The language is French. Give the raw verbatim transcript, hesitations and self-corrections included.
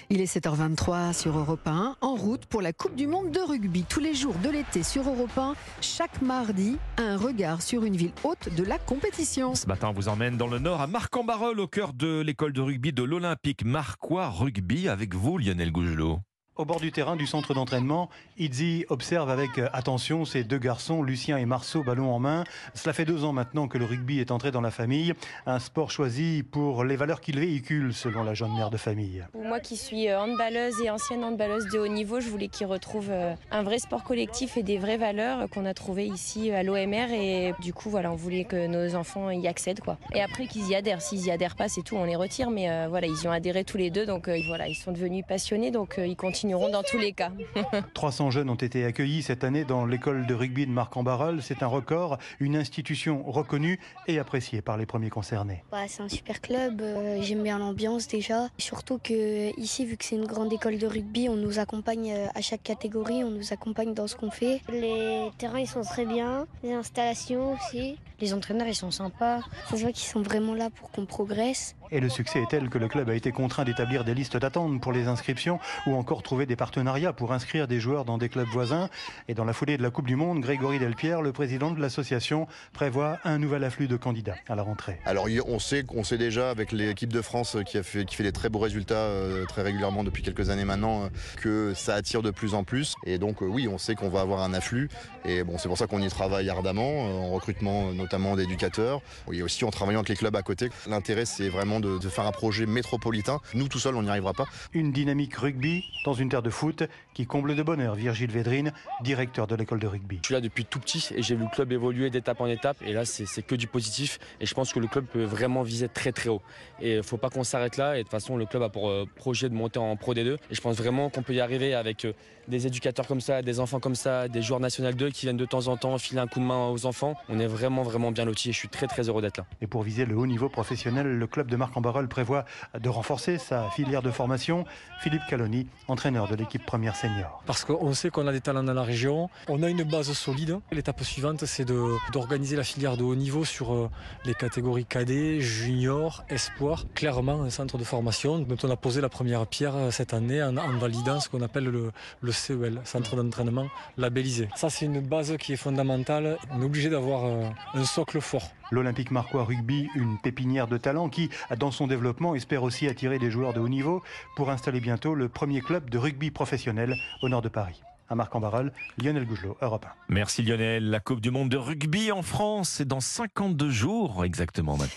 Il est sept heures vingt-trois sur Europe un, en route pour la Coupe du Monde de rugby. Tous les jours de l'été sur Europe un, chaque mardi, un regard sur une ville hôte de la compétition. Ce matin, on vous emmène dans le nord, à Marcq-en-Barœul, au cœur de l'école de rugby de l'Olympique Marquois Rugby, avec vous, Lionel Gougelot. Au bord du terrain du centre d'entraînement, Izzy observe avec attention ces deux garçons, Lucien et Marceau, ballon en main. Cela fait deux ans maintenant que le rugby est entré dans la famille. Un sport choisi pour les valeurs qu'il véhicule, selon la jeune mère de famille. Moi qui suis handballeuse et ancienne handballeuse de haut niveau, je voulais qu'ils retrouvent un vrai sport collectif et des vraies valeurs qu'on a trouvées ici à l'O M R. Et du coup, voilà, on voulait que nos enfants y accèdent, quoi. Et après qu'ils y adhèrent. S'ils y adhèrent pas, c'est tout, on les retire. Mais euh, voilà, ils y ont adhéré tous les deux. Donc euh, voilà, ils sont devenus passionnés. Donc euh, ils continuent dans tous les cas. trois cents jeunes ont été accueillis cette année dans l'école de rugby de Marcq-en-Barœul. C'est un record, une institution reconnue et appréciée par les premiers concernés. Bah, c'est un super club, euh, j'aime bien l'ambiance déjà. Surtout que ici, vu que c'est une grande école de rugby, on nous accompagne à chaque catégorie, on nous accompagne dans ce qu'on fait. Les terrains ils sont très bien, les installations aussi. Les entraîneurs ils sont sympas, ça se voit qu'ils sont vraiment là pour qu'on progresse. Et le succès est tel que le club a été contraint d'établir des listes d'attente pour les inscriptions ou encore trouver des partenariats pour inscrire des joueurs dans des clubs voisins. Et dans la foulée de la Coupe du Monde, Grégory Delpierre, le président de l'association, prévoit un nouvel afflux de candidats à la rentrée. Alors on sait qu'on sait déjà avec l'équipe de France qui a fait, qui fait des très beaux résultats euh, très régulièrement depuis quelques années maintenant, euh, que ça attire de plus en plus. Et donc euh, oui, on sait qu'on va avoir un afflux. Et bon, c'est pour ça qu'on y travaille ardemment, euh, en recrutement notamment d'éducateurs. Et aussi en travaillant avec les clubs à côté. L'intérêt, c'est vraiment de, de faire un projet métropolitain. Nous, tout seuls, on n'y arrivera pas. Une dynamique rugby dans une terre de foot qui comble de bonheur Virgile Védrine, directeur de l'école de rugby. Je suis là depuis tout petit et j'ai vu le club évoluer d'étape en étape. Et là, c'est que du positif. Et je pense que le club peut vraiment viser très très haut. Et il ne faut pas qu'on s'arrête là. Et de toute façon, le club a pour euh, projet de monter en Pro D deux. Et je pense vraiment qu'on peut y arriver avec euh, des éducateurs comme ça, des enfants comme ça, des joueurs National deux qui viennent de temps en temps filer un coup de main aux enfants. On est vraiment vraiment bien lotis et je suis très très heureux d'être là. Et pour viser le haut niveau professionnel, le club de Marcq-en-Barœul prévoit de renforcer sa filière de formation. Philippe Caloni, entraîneur de l'équipe première senior. Parce qu'on sait qu'on a des talents dans la région, on a une base solide. L'étape suivante, c'est d'organiser la filière de haut niveau sur euh, les catégories cadets, juniors, espoirs. Clairement, un centre de formation dont on a posé la première pierre cette année en, en validant ce qu'on appelle le, le C E L, centre d'entraînement labellisé. Ça, c'est une base qui est fondamentale. On est obligé d'avoir euh, un socle fort. L'Olympique Marquois Rugby, une pépinière de talents qui, dans son développement, espère aussi attirer des joueurs de haut niveau pour installer bientôt le premier club de rugby professionnel au nord de Paris. À Marcq-en-Barœul, Lionel Gougelot, Europe un. Merci Lionel. La Coupe du Monde de rugby en France, c'est dans cinquante-deux jours exactement maintenant.